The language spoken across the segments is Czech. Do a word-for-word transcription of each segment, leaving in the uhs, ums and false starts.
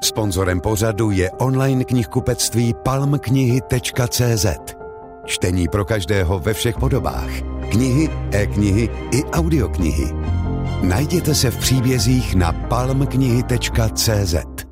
Sponzorem pořadu je online knihkupectví palm knihy tečka cé zet. Čtení pro každého ve všech podobách. Knihy, e-knihy i audioknihy. Najděte se v příbězích na palm knihy tečka cé zet.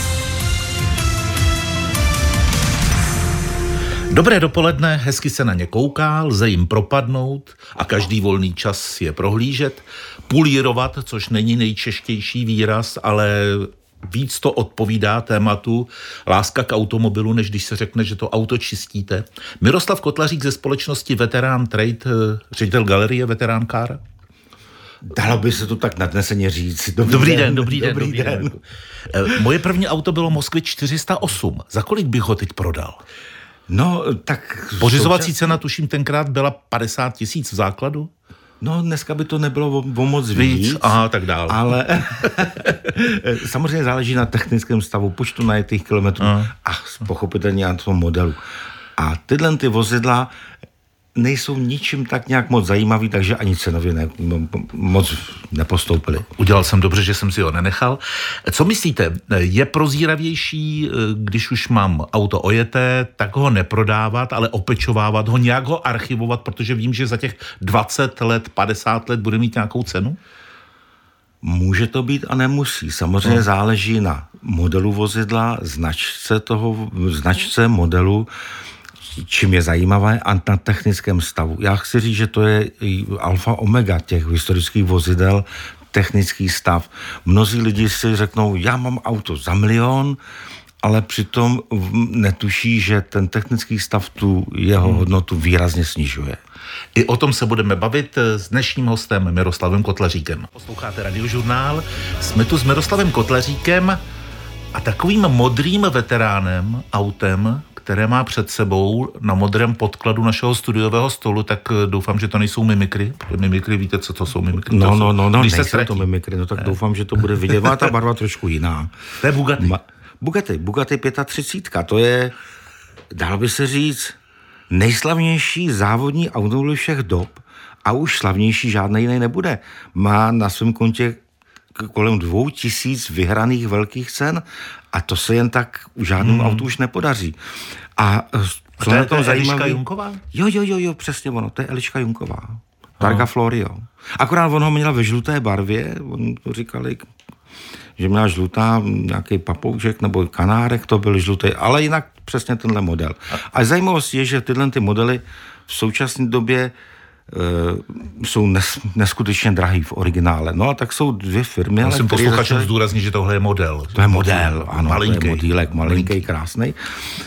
Dobré dopoledne, hezky se na ně kouká, lze jim propadnout a každý volný čas je prohlížet, pulírovat, což není nejčeštější výraz, ale víc to odpovídá tématu láska k automobilu, než když se řekne, že to auto čistíte. Miroslav Kotlařík ze společnosti Veterán Trade, ředitel galerie Veterán Car. Dalo by se to tak nadneseně říct. Dobrý, dobrý den, den, dobrý den, dobrý dobrý den. den. Moje první auto bylo Moskvič čtyři sta osm. Za kolik bych ho teď prodal? No, tak... Pořizovací součas... cena, tuším, tenkrát byla padesát tisíc v základu? No, dneska by to nebylo o, o moc víc. víc aha, tak dál. Ale samozřejmě záleží na technickém stavu, počtu najetých kilometrů a, a pochopitelně na tom modelu. A tyhle ty vozidla nejsou ničím tak nějak moc zajímavý, takže ani cenově ne, moc nepostoupili. Udělal jsem dobře, že jsem si ho nenechal. Co myslíte, je prozíravější, když už mám auto ojeté, tak ho neprodávat, ale opečovávat ho, nějak ho archivovat, protože vím, že za těch dvacet let, padesát let bude mít nějakou cenu? Může to být a nemusí. Samozřejmě no. záleží na modelu vozidla, značce toho, značce modelu, čím je zajímavé a na technickém stavu. Já chci říct, že to je alfa omega těch historických vozidel, technický stav. Mnozí lidi si řeknou, já mám auto za milion, ale přitom netuší, že ten technický stav tu jeho hmm. hodnotu výrazně snižuje. I o tom se budeme bavit s dnešním hostem Miroslavem Kotlaříkem. Posloucháte Radiožurnál, jsme tu s Miroslavem Kotlaříkem a takovým modrým veteránem, autem, které má před sebou na modrém podkladu našeho studiového stolu, tak doufám, že to nejsou mimikry. Mimikry, víte, co to jsou mimikry? No, to no, no, no nejsou to mimikry, no tak ne. Doufám, že to bude vidět. Má ta barva trošku jiná. To je Bugatti. Ma- Bugatti, Bugatti třicet pět, to je, dalo by se říct, nejslavnější závodní automobil všech dob a už slavnější žádný jiný nebude. Má na svém kontě kolem dvou tisíc vyhraných velkých cen a to se jen tak u žádnému hmm. autu už nepodaří. A, a to je, to je Eliška Junková? Jo, jo, jo, jo, přesně ono, to je Eliška Junková. Targa Florio. Akorát on ho měla ve žluté barvě, on to říkali, že měla žlutá nějaký papoušek nebo kanárek, to byl žlutý, ale jinak přesně tenhle model. A zajímavost je, že tyhle ty modely v současné době Uh, jsou nes, neskutečně drahý v originále. No a tak jsou dvě firmy. Musím posluchačům zdůraznit, že tohle je model. To je model, ano. Malinký. To je modílek, malinký, krásný.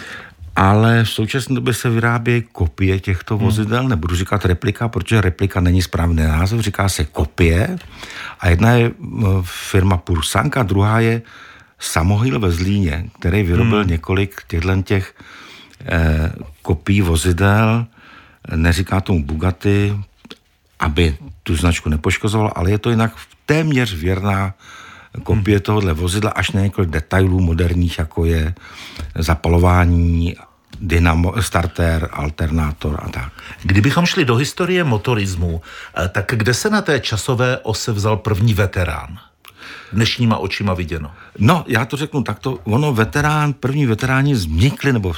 Ale v současné době se vyrábějí kopie těchto vozidel. Hmm. Nebudu říkat replika, protože replika není správný název, říká se kopie. A jedna je firma Pursank a druhá je Samohyl ve Zlíně, který vyrobil hmm. několik těchto těch eh, kopií vozidel. Neříká tomu Bugatti, aby tu značku nepoškozoval, ale je to jinak téměř věrná kopie hmm. tohohle vozidla, až na několik detailů moderních, jako je zapalování, dynamo, starter, alternátor a tak. Kdybychom šli do historie motorismu, tak kde se na té časové ose vzal první veterán? Dnešníma očima viděno. No, já to řeknu takto, ono veterán, první veteráni vznikli, nebo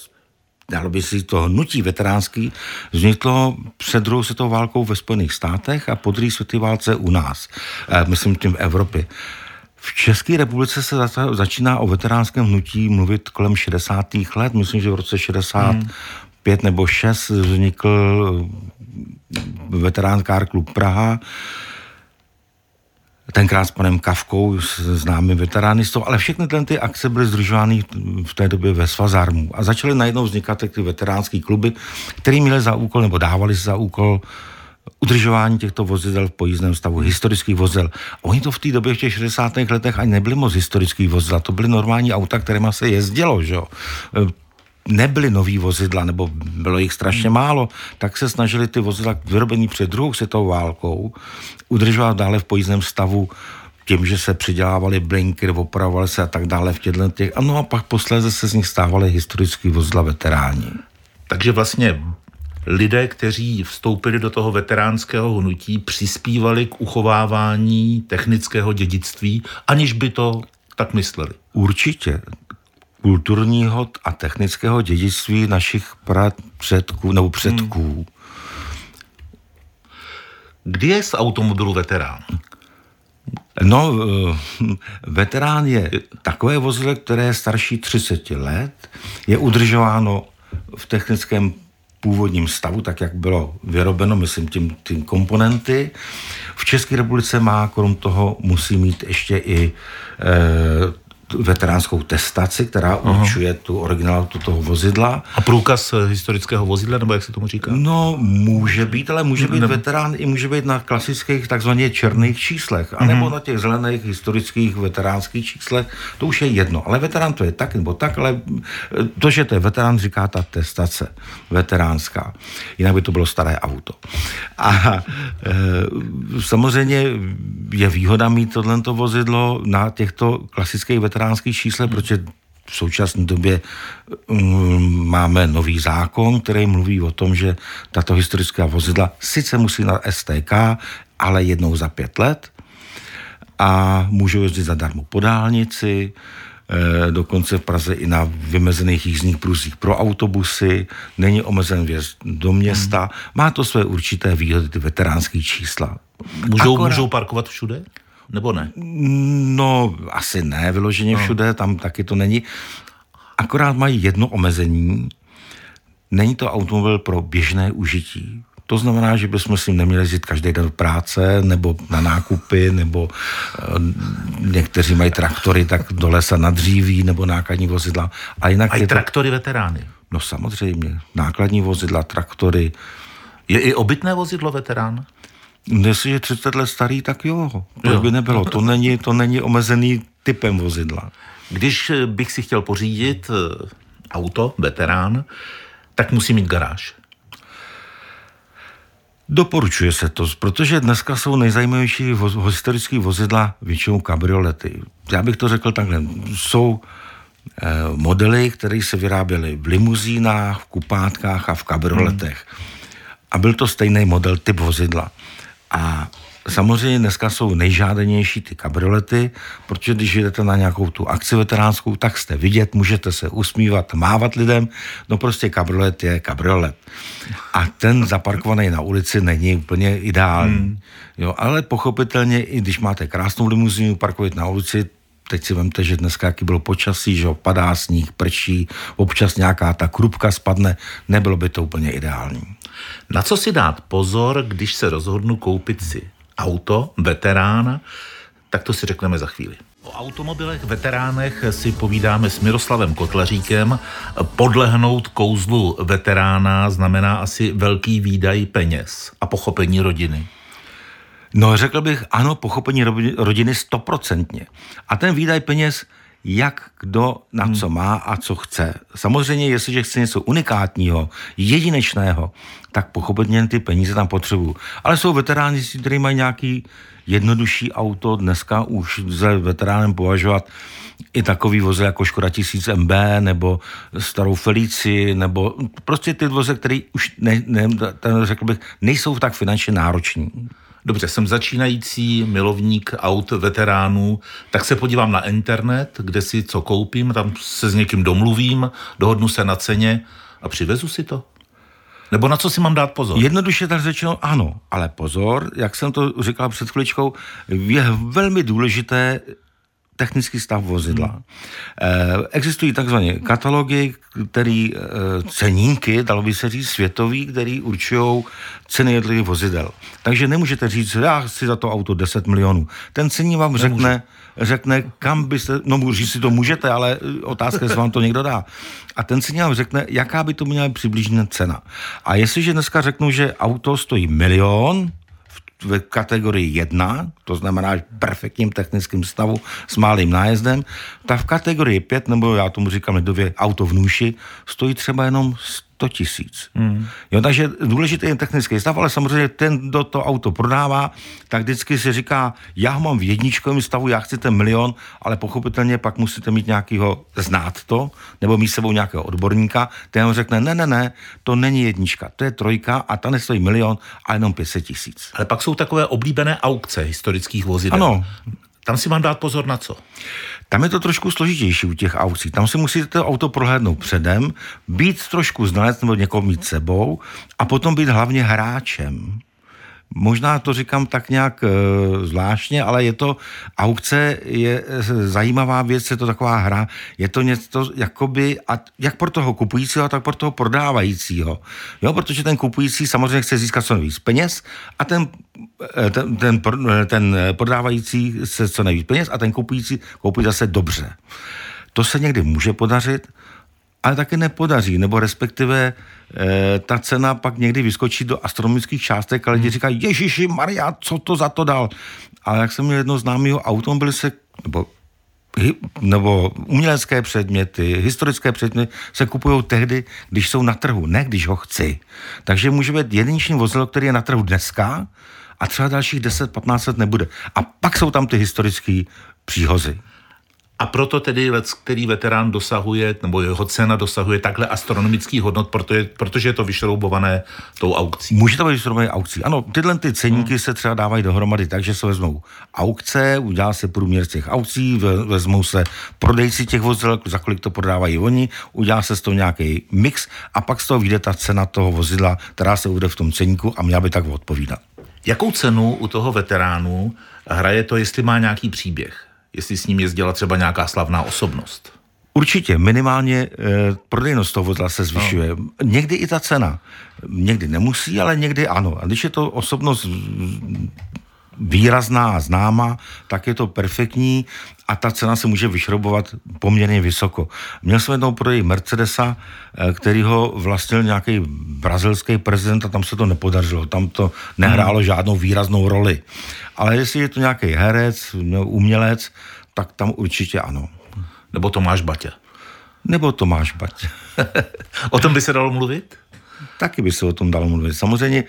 dalo by si to hnutí veteránský, vzniklo před druhou světovou válkou ve Spojených státech a po druhé světové válce u nás, myslím tím v Evropě. V České republice se začíná o veteránském hnutí mluvit kolem šedesátých let, myslím, že v roce šedesát pět hmm. nebo šest vznikl Veterán Car Club Praha, tenkrát s panem Kavkou, s známým veteránistou, ale všechny ty akce byly združovány v té době ve Svazarmu a začaly najednou vznikat ty veteránský kluby, které měly za úkol, nebo dávali za úkol udržování těchto vozidel v pojízdném stavu, historických vozidel. Oni to v té době v těch šedesátých letech ani nebyly moc historických vozidel, to byly normální auta, kterýma se jezdilo, že jo. Nebyly nový vozidla, nebo bylo jich strašně málo, tak se snažili ty vozidla vyrobený před druhou světovou válkou udržovat dále v pojízdném stavu tím, že se přidělávaly blinky, opravovaly se a tak dále v těchto těch. A no a pak posléze se z nich stávaly historický vozidla veteráni. Takže vlastně lidé, kteří vstoupili do toho veteránského hnutí, přispívali k uchovávání technického dědictví, aniž by to tak mysleli. Určitě. Kulturního a technického dědictví našich předků nebo předků. Hmm. Kdy je z automobilu veterán? No, veterán je takové vozidlo, které je starší třicet let, je udržováno v technickém původním stavu, tak jak bylo vyrobeno, myslím tím, tím komponenty. V České republice má, krom toho, musí mít ještě i e, veteránskou testaci, která určuje tu originalitu toho vozidla. A průkaz historického vozidla, nebo jak se tomu říká? No, může být, ale může být ne... veterán i může být na klasických takzvaně černých číslech, anebo mm-hmm. na těch zelených historických veteránských číslech, to už je jedno. Ale veterán to je tak nebo tak, ale to, že to je veterán, říká ta testace veteránská. Jinak by to bylo staré auto. A e, samozřejmě je výhoda mít tohleto vozidlo na těchto klasických veteránských čísle, protože v současné době um, máme nový zákon, který mluví o tom, že tato historická vozidla sice musí na S T K, ale jednou za pět let a můžou jezdit zadarmo po dálnici, eh, dokonce v Praze i na vymezených jízdních pruzích pro autobusy, není omezen vjezd do města, hmm. má to své určité výhody, ty veteránské čísla. Můžou, Akorát... můžou parkovat všude? Nebo ne? No, asi ne, vyloženě no. všude, tam taky to není. Akorát mají jedno omezení. Není to automobil pro běžné užití. To znamená, že bychom si neměli jezdit každý den do práce, nebo na nákupy, nebo e, někteří mají traktory, tak do lesa na dříví, nebo nákladní vozidla. A jinak a je traktory to... veterány? No samozřejmě. Nákladní vozidla, traktory. Je i obytné vozidlo veterán? Jestli je třicet let starý, tak jo. To by nebylo. To není, to není omezený typem vozidla. Když bych si chtěl pořídit auto, veterán, tak musí mít garáž. Doporučuje se to, protože dneska jsou nejzajímavější voz, historické vozidla většinou kabriolety. Já bych to řekl takhle. Jsou eh, modely, které se vyráběly v limuzínách, v kupátkách a v kabrioletech. Hmm. A byl to stejný model, typ vozidla. A samozřejmě dneska jsou nejžádanější ty kabriolety, protože když jdete na nějakou tu akci veteránskou, tak jste vidět, můžete se usmívat, mávat lidem, no prostě kabriolet je kabriolet. A ten zaparkovaný na ulici není úplně ideální. Hmm. Jo, ale pochopitelně, i když máte krásnou limuzínu parkovat na ulici, teď si vemte, že dneska jaký bylo počasí, že padá sníh, prší, občas nějaká ta krupka spadne, nebylo by to úplně ideální. Na co si dát pozor, když se rozhodnu koupit si auto, veterána, tak to si řekneme za chvíli. O automobilech, veteránech si povídáme s Miroslavem Kotlaříkem. Podlehnout kouzlu veterána znamená asi velký výdaj peněz a pochopení rodiny. No, řekl bych, ano, pochopení rodiny stoprocentně. A ten výdaj peněz, jak kdo na co má a co chce. Samozřejmě, jestliže chce něco unikátního, jedinečného, tak pochopitelně ty peníze tam potřebují. Ale jsou veteráni, kteří mají nějaký jednodušší auto. Dneska už za veteránem považovat i takový vozy jako Škoda tisíc M B nebo starou Felici, nebo prostě ty vozy, které už ne, ne, ten, řekl bych, nejsou tak finančně nároční. Dobře, jsem začínající milovník aut veteránů, tak se podívám na internet, kde si co koupím, tam se s někým domluvím, dohodnu se na ceně a přivezu si to. Nebo na co si mám dát pozor? Jednoduše tak řečeno ano, ale pozor, jak jsem to říkal před chviličkou, je velmi důležité technický stav vozidla. Hmm. E, existují takzvané katalogy, který e, ceníky, dalo by se říct světový, který určují ceny jednotlivých vozidel. Takže nemůžete říct, já chci za to auto deset milionů. Ten ceník vám řekne, řekne, kam byste, no říct si to můžete, ale otázka, jestli vám to někdo dá. A ten ceník vám řekne, jaká by to měla přibližně cena. A jestliže dneska řeknu, že auto stojí milion, v kategorii jedna, to znamená v perfektním technickém stavu s malým nájezdem, tak v kategorii pět, nebo já tomu říkám lidově auto v nůši, stojí třeba jenom sto tisíc. Hmm. Jo, takže důležitý je technický stav, ale samozřejmě ten, kdo to auto prodává, tak vždycky si říká, já ho mám v jedničkovém stavu, já chci ten milion, ale pochopitelně pak musíte mít nějakýho, znát to, nebo mít sebou nějakého odborníka, ten ho řekne, ne, ne, ne, to není jednička, to je trojka a ta nestojí milion a jenom pět set tisíc. Ale pak jsou takové oblíbené aukce historických vozidel. Ano. Tam si mám dát pozor na co? Tam je to trošku složitější u těch aukcí. Tam si musíte to auto prohlédnout předem, být trošku znalec nebo někoho mít sebou a potom být hlavně hráčem. Možná to říkám tak nějak e, zvláštně, ale je to, aukce je e, zajímavá věc, je to taková hra, je to něco jakoby, a jak pro toho kupujícího, tak pro toho prodávajícího. Jo, protože ten kupující samozřejmě chce získat co nejvíc peněz a ten, ten, ten, ten prodávající se co nejvíc peněz a ten kupující koupí zase dobře. To se někdy může podařit, ale taky nepodaří, nebo respektive e, ta cena pak někdy vyskočí do astronomických částek a lidi říkají, Ježiši Maria, co to za to dal? Ale jak jsem měl jedno známého automobil se, nebo, nebo umělecké předměty, historické předměty se kupují tehdy, když jsou na trhu, ne když ho chci. Takže může být jedinečný vozidlo, který je na trhu dneska a třeba dalších deset patnáct let nebude. A pak jsou tam ty historické příhozy. A proto tedy lec, který veterán dosahuje, nebo jeho cena dosahuje takhle astronomický hodnot, protože, protože je to vyšroubované tou aukcí. Může to být vyšroubované aukcí. Ano, tyhle ty ceníky hmm. se třeba dávají dohromady tak, že se vezmou aukce, udělá se průměr z těch aukcí, vezmou se prodejci těch vozidel, za kolik to prodávají oni, udělá se z toho nějaký mix a pak z toho vyjde ta cena toho vozidla, která se uvede v tom ceníku a měla by tak odpovídat. Jakou cenu u toho veteránu hraje to, jestli má nějaký příběh? Jestli s ním jezdila třeba nějaká slavná osobnost? Určitě, minimálně e, prodejnost toho vozidla se zvyšuje. No. Někdy i ta cena. Někdy nemusí, ale někdy ano. A když je to osobnost výrazná a známá, tak je to perfektní a ta cena se může vyšroubovat poměrně vysoko. Měl jsem jednou prodej Mercedesa, který ho vlastnil nějaký brazilský prezident a tam se to nepodařilo. Tam to nehrálo žádnou výraznou roli. Ale jestli je to nějaký herec, umělec, tak tam určitě ano. Nebo Tomáš Baťa. Nebo Tomáš Baťa. O tom by se dalo mluvit? Taky by se o tom dalo mluvit. Samozřejmě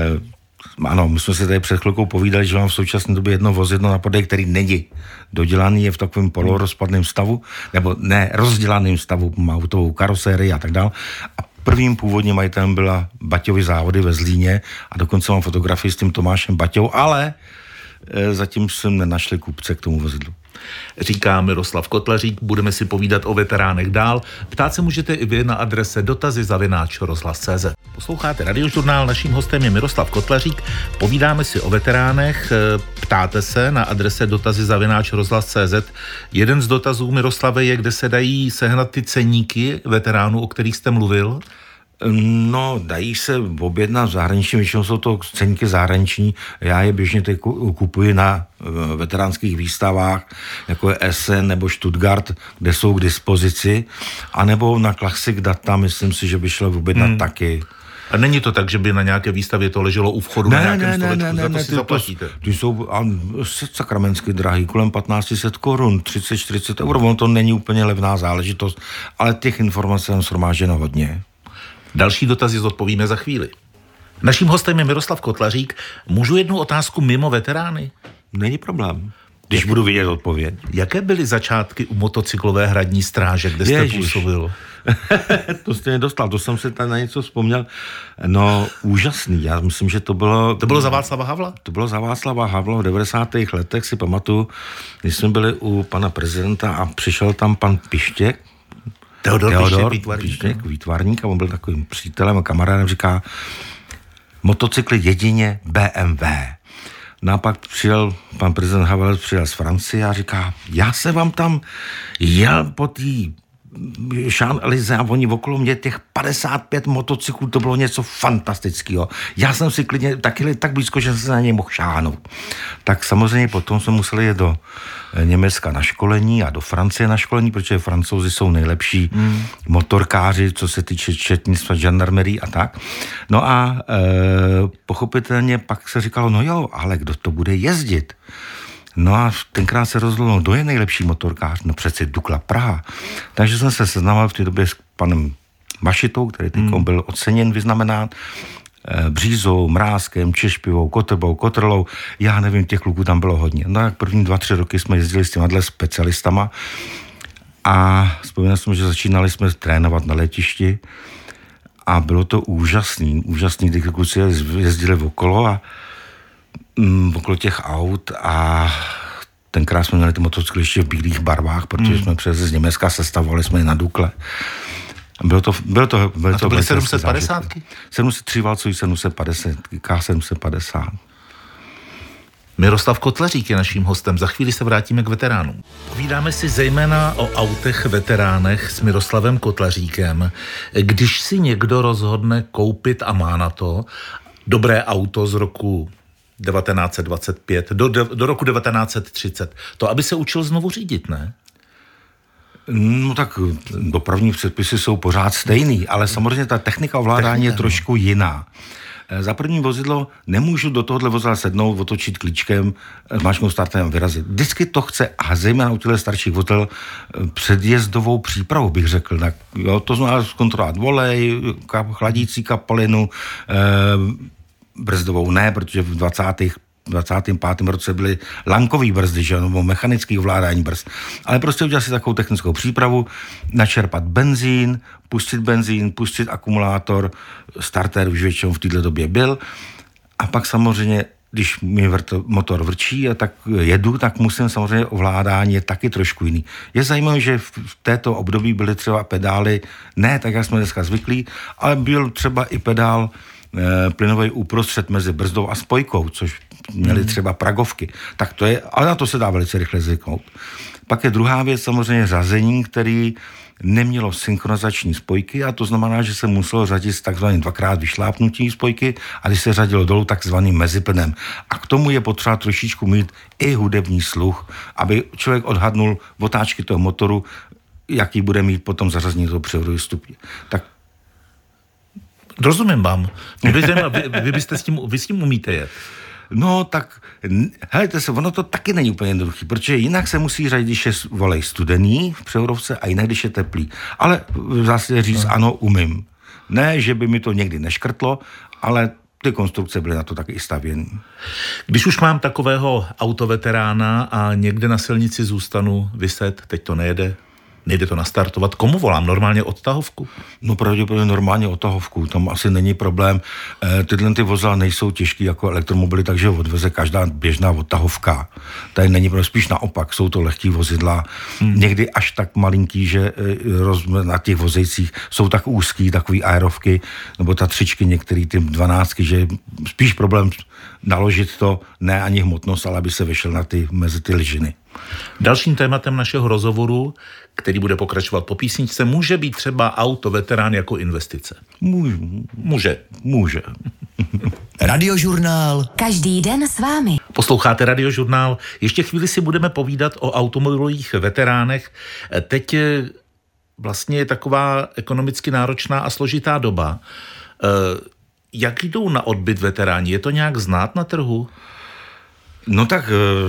ano, my jsme se tady před chvilkou povídali, že mám v současné době jedno vozidlo na prodej, který není dodělaný, je v takovém polorozpadném stavu, nebo ne rozdělaném stavu, má autovou karosérii a tak dál. A prvním původním majitelem byla Baťovy závody ve Zlíně a dokonce mám fotografii s tím Tomášem Baťou, ale e, zatím jsem nenašli kupce k tomu vozidlu. Říká Miroslav Kotlařík, budeme si povídat o veteránech dál. Ptát se můžete i vy na adrese dotazy zavináč rozhlas tečka cé zet. Posloucháte Radiožurnál, naším hostem je Miroslav Kotlařík. Povídáme si o veteránech, ptáte se na adrese dotazy zavináč rozhlas tečka cé zet. Jeden z dotazů, Miroslave, je, kde se dají sehnat ty ceníky veteránů, o kterých jste mluvil? No, dají se objednat v zahraničí, většinou jsou to ceníky zahraniční, já je běžně teď kupuji na veteránských výstavách, jako je Essen nebo Stuttgart, kde jsou k dispozici, anebo na Classic Data, myslím si, že by šlo objednat hmm. taky. A není to tak, že by na nějaké výstavě to leželo u vchodu ne, na nějakém ne, stolečku, ne, ne, za to ne, si ty, zaplatíte? To, ty jsou sakramensky drahý, kolem patnáct set korun, třicet čtyřicet euro, ono to není úplně levná záležitost, ale těch informací je shromážděno hodně. Další dotazy zodpovíme za chvíli. Naším hostem je Miroslav Kotlařík. Můžu jednu otázku mimo veterány? Není problém, když Jak, budu vidět odpověď. Jaké byly začátky u motocyklové hradní stráže, kde jste Ježiš. působil? To jste nedostal, to jsem se tady na něco vzpomněl. No, úžasný, já myslím, že to bylo... To bylo za Václava Havla? To bylo za Václava Havla v devadesátých letech, si pamatuju, když jsme byli u pana prezidenta a přišel tam pan Pištěk, Teodor, Teodor Výtvarník. Pištěk, výtvarník, a on byl takovým přítelem a kamarádem, říká, motocykly jedině bé em vé. No a pak přijel, pan prezident Havel přijel z Francie a říká, já se vám tam jel po té Champs-Élysées a oni okolo mě těch padesát pět motocyklů, to bylo něco fantastického. Já jsem si klidně taky tak blízko, že jsem se na něj mohl šáhnout. Tak samozřejmě potom jsme museli jít do Německa na školení a do Francie na školení, protože Francouzi jsou nejlepší mm. motorkáři, co se týče četnictva, žandarmerie a tak. No a e, pochopitelně pak se říkalo, no jo, ale kdo to bude jezdit? No a tenkrát se rozhodlo, kdo je nejlepší motorkář? No přeci Dukla Praha. Takže jsem se seznamoval v té době s panem Mašitou, který teď mm. byl oceněn, vyznamenán, Břízou, Mrázkem, Češpivou, Kotrbou, Kotrlou, já nevím, těch kluků tam bylo hodně. No jak první dva, tři roky jsme jezdili s těma specialistama a vzpomínal jsem, že začínali jsme trénovat na letišti a bylo to úžasný, úžasný, když kluci jezdili okolo a mm, okolo těch aut a Tenkrát jsme měli ty motocykly ještě v bílých barvách, protože hmm. jsme přes z Německa sestavovali jsme je na Dukle. Bylo to, bylo to, bylo a to byly sedm set padesát? sedm set tři válcový sedm set padesát, K sedm set padesát. Miroslav Kotlařík je naším hostem. Za chvíli se vrátíme k veteránům. Povídáme si zejména o autech veteránech s Miroslavem Kotlaříkem. Když si někdo rozhodne koupit a má na to dobré auto z roku devatenáct set dvacet pět do, do roku devatenáct set třicet, to aby se učil znovu řídit, ne? No tak dopravní předpisy jsou pořád stejný, ale samozřejmě ta technika ovládání technika, je trošku jiná. Za první vozidlo nemůžu do tohohle vozidla sednout, otočit klíčkem, zmáčknout startem a vyrazit. Vždycky to chce, a zejména u těchto starších vozidel, předjezdovou přípravu, bych řekl. Tak, jo, to znamená zkontrolovat volej, chladící kapalinu, eh, brzdovou ne, protože v dvacátém dvacátém pátém roce byly lankový brzdy, že, nebo mechanický ovládání brzd. Ale prostě udělat si takovou technickou přípravu, načerpat benzín, pustit benzín, pustit akumulátor, starter už většinou v této době byl. A pak samozřejmě, když mi vrto, motor vrčí a tak jedu, tak musím samozřejmě ovládání je taky trošku jiný. Je zajímavé, že v této období byly třeba pedály, ne tak, jak jsme dneska zvyklí, ale byl třeba i pedál e, plynový uprostřed mezi brzdou a spojkou, což měli třeba pragovky. Tak to je, ale na to se dá velice rychle zvyknout. Pak je druhá věc samozřejmě řazení, který nemělo synchronizační spojky a to znamená, že se muselo řadit s takzvaným dvakrát vyšlápnutí spojky a když se řadilo dolů takzvaným meziplynem. A k tomu je potřeba trošičku mít i hudební sluch, aby člověk odhadnul otáčky toho motoru, jaký bude mít potom zařazení toho převodového stupně. Tak rozumím vám. Vy, vy, vy byste s tím, vy s tím umíte jet. No tak, helejte se, ono to taky není úplně jednoduchý, protože jinak se musí řadit, když je volej studený v převodovce a jinak, když je teplý. Ale v zásadě říct, ano, umím. Ne, že by mi to někdy neškrtlo, ale ty konstrukce byly na to taky stavěny. Když už mám takového autoveterána a někde na silnici zůstanu vyset, teď to nejede, nejde to nastartovat. Komu volám? Normálně odtahovku? No pravděpodobně normálně odtahovku. Tam asi není problém. E, tyhle ty vozidla nejsou těžký jako elektromobily, takže odveze každá běžná odtahovka. Tady není problém, spíš naopak. Jsou to lehký vozidla. Hmm. Někdy až tak malinký, že e, na těch vozejcích jsou tak úzký, takový aerovky, nebo ta třičky, některý ty dvanáctky, že spíš problém naložit to, ne ani hmotnost, ale aby se vyšel na ty, mezi ty lyžiny. Dalším tématem našeho rozhovoru, který bude pokračovat po písničce, může být třeba auto veterán jako investice. Může. Může. Může. Radiožurnál. Každý den s vámi. Posloucháte Radiožurnál. Ještě chvíli si budeme povídat o automobilových veteránech. Teď vlastně je taková ekonomicky náročná a složitá doba. Jak jdou na odbyt veteráni? Je to nějak znát na trhu? No tak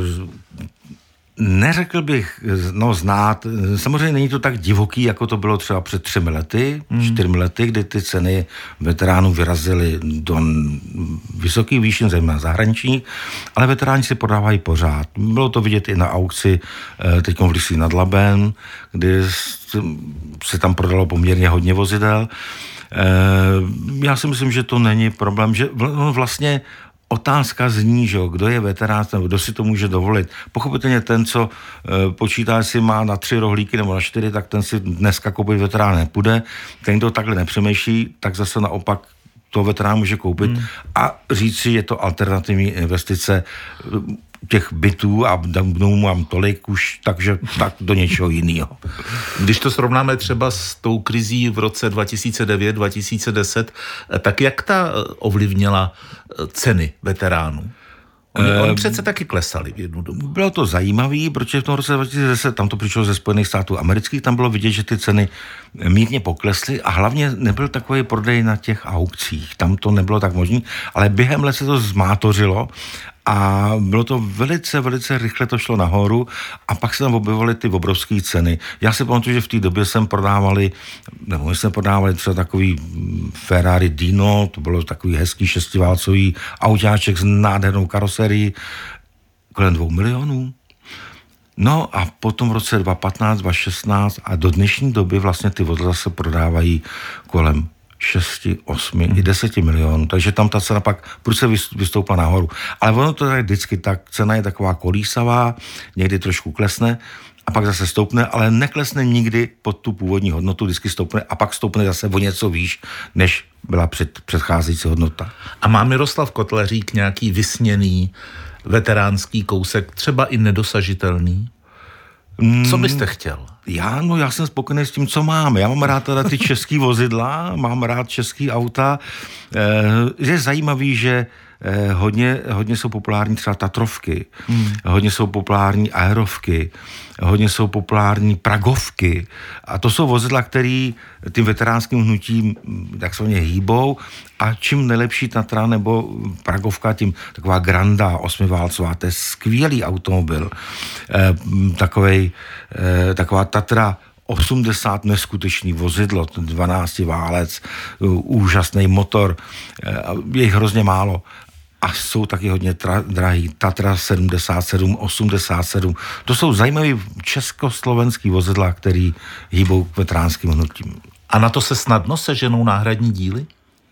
neřekl bych, no znát, samozřejmě není to tak divoký, jako to bylo třeba před třemi lety, hmm. čtyřmi lety, kdy ty ceny veteránů vyrazily do vysokých výšin, zejména zahraničních, ale veteráni si prodávají pořád. Bylo to vidět i na aukci teď v Lysí nad Labem, kdy se tam prodalo poměrně hodně vozidel. Já si myslím, že to není problém, že vlastně otázka zní, že jo, kdo je veterán, nebo kdo si to může dovolit. Pochopitelně ten, co e, počítá, si má na tři rohlíky nebo na čtyři, tak ten si dneska koupit veterán nepůjde. Ten, kdo takhle nepřemýšlí, tak zase naopak to veterán může koupit hmm. a říct si, je to alternativní investice. Těch bytů a domů mám tolik už, takže tak do něčeho jiného. Když to srovnáme třeba s tou krizí v roce dva tisíce devět dva tisíce deset, tak jak ta ovlivnila ceny veteránů? Oni, e, oni přece taky klesali v jednu dobu. Bylo to zajímavé, protože v tom roce dva tisíce deset, tam to přišlo ze Spojených států amerických, tam bylo vidět, že ty ceny mírně poklesly a hlavně nebyl takový prodej na těch aukcích. Tam to nebylo tak možné, ale během let se to zmátořilo a bylo to velice, velice rychle to šlo nahoru a pak se tam objevovaly ty obrovské ceny. Já si pamatuju, že v té době jsem prodávali, nebo my jsme prodávali třeba takový Ferrari Dino, to bylo takový hezký šestiválcový autáček s nádhernou karoserií, kolem dvou milionů. No a potom v roce dva tisíce patnáct, dva tisíce šestnáct a do dnešní doby vlastně ty vozidla se prodávají kolem šesti, osmi i deseti milionů, takže tam ta cena pak prudce vystoupla nahoru. Ale ono to je vždycky, tak cena je taková kolísavá, někdy trošku klesne a pak zase stoupne, ale neklesne nikdy pod tu původní hodnotu, vždycky stoupne a pak stoupne zase o něco výš, než byla před, předcházející hodnota. A má Miroslav Kotleřík nějaký vysněný veteránský kousek, třeba i nedosažitelný? Co byste chtěl? Já, no já jsem spokojený s tím, co mám. Já mám rád teda ty český vozidla, mám rád český auta. E, je zajímavý, že e, hodně, hodně jsou populární třeba Tatrovky, hmm. hodně jsou populární Aerovky, hodně jsou populární Pragovky. A to jsou vozidla, které tím veteránským hnutím takzvaně hýbou a čím nejlepší Tatra nebo Pragovka, tím taková Granda osmiválcová, to je skvělý automobil. E, takovej, e, taková Tatra osmdesát neskutečný vozidlo, dvanácti válec, úžasný motor, je jich hrozně málo. A jsou taky hodně tra- drahý. Tatra sedmdesát sedm, osmdesát sedm. To jsou zajímavé československý vozidla, který hýbou k veteránským hnutím. A na to se snadno seženou náhradní díly?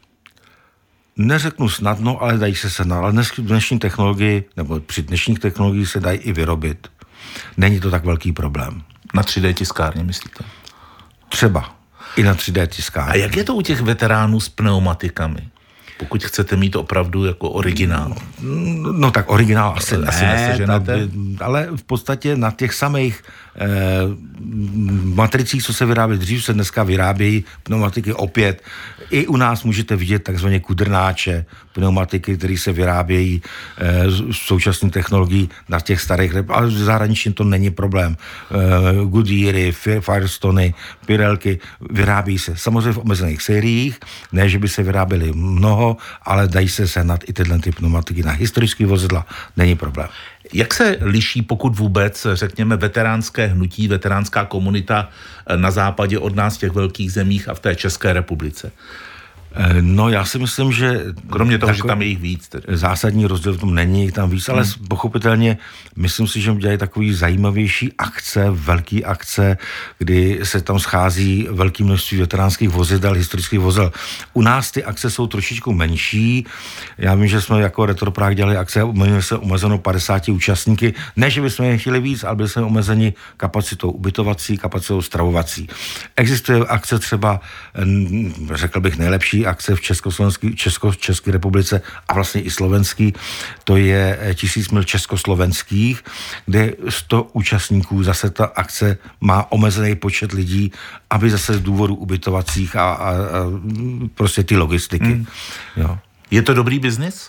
Neřeknu snadno, ale dají se sehnat. Ale dnes, dnešní technologii, nebo při dnešních technologiích se dají i vyrobit. Není to tak velký problém. Na tři dé tiskárně, myslíte? Třeba. I na tři dé tiskárně. A jak je to u těch veteránů s pneumatikami? Pokud chcete mít opravdu jako originál. No, no tak originál asi, asi ne, ta, ale v podstatě na těch samých eh, matricích, co se vyrábí dřív, se dneska vyrábějí pneumatiky opět. I u nás můžete vidět takzvané kudrnáče, pneumatiky, které se vyrábějí eh, s současnou technologií na těch starých, ale v zahraničí to není problém. Eh, Goodyeary, Firestony, Pirelky vyrábí se samozřejmě v omezených sériích, ne, že by se vyráběly mnoho, ale dají se sehnat i tyhle ty pneumatiky na historické vozidla, není problém. Jak se liší, pokud vůbec, řekněme, veteránské hnutí, veteránská komunita na západě od nás v těch velkých zemích a v té České republice? No já si myslím, že... Kromě toho, že tam je jich víc. Tedy. Zásadní rozdíl v tom není, jich tam víc, hmm. ale pochopitelně myslím si, že dělají takový zajímavější akce, velký akce, kdy se tam schází velké množství veteránských vozidel, historických vozidel. U nás ty akce jsou trošičku menší. Já vím, že jsme jako Retropráh dělali akce, měli se omezenou padesáti účastníky. Ne, že bychom je chtěli víc, ale byli jsme omezeni kapacitou ubytovací, kapacitou stravovací. Existuje akce třeba, řekl bych, nejlepší akce v Československý, Česko, České republice a vlastně i slovenský, to je tisíc mil československých, kde sto účastníků, zase ta akce má omezený počet lidí, aby zase z důvodu ubytovacích a, a, a prostě ty logistiky. Hmm. Jo. Je to dobrý biznis?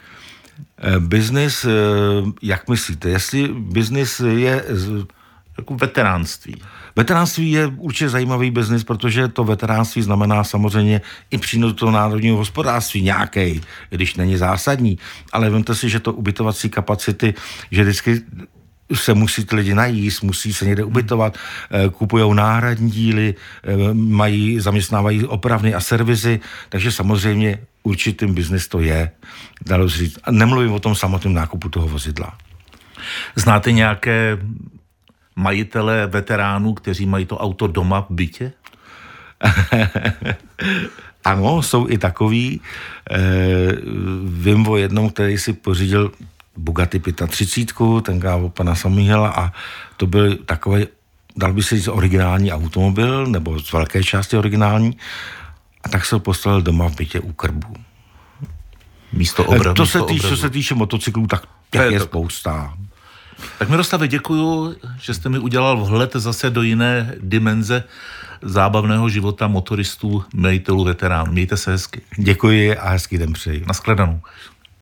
Biznis, jak myslíte? Jestli biznis je... Jako veteránství. Veteránství je určitě zajímavý biznis, protože to veteránství znamená samozřejmě i přínos do národního hospodářství nějaký, když není zásadní. Ale vemte si, že to ubytovací kapacity, že vždycky se musí ty lidi najíst, musí se někde ubytovat, kupujou náhradní díly, mají, zaměstnávají opravny a servisy, takže samozřejmě určitým biznis to je, dalo se říct. A nemluvím o tom samotném nákupu toho vozidla. Znáte nějaké majitele veteránů, kteří mají to auto doma v bytě? Ano, jsou i takový. E, vím o jednom, který si pořídil Bugatti třicet pět, tenkrát od pana Samuela, a to byl takový, dal by se říct, originální automobil, nebo z velké části originální, a tak se ho postavil doma v bytě u krbu. Místo obrazu. To se týče, co se týče motocyklů, tak těch je, je spousta. Tak Miroslave, děkuju, že jste mi udělal vhled zase do jiné dimenze zábavného života motoristů, majitelů veteránů. Mějte se hezky. Děkuji a hezký den přeji. Nashledanou.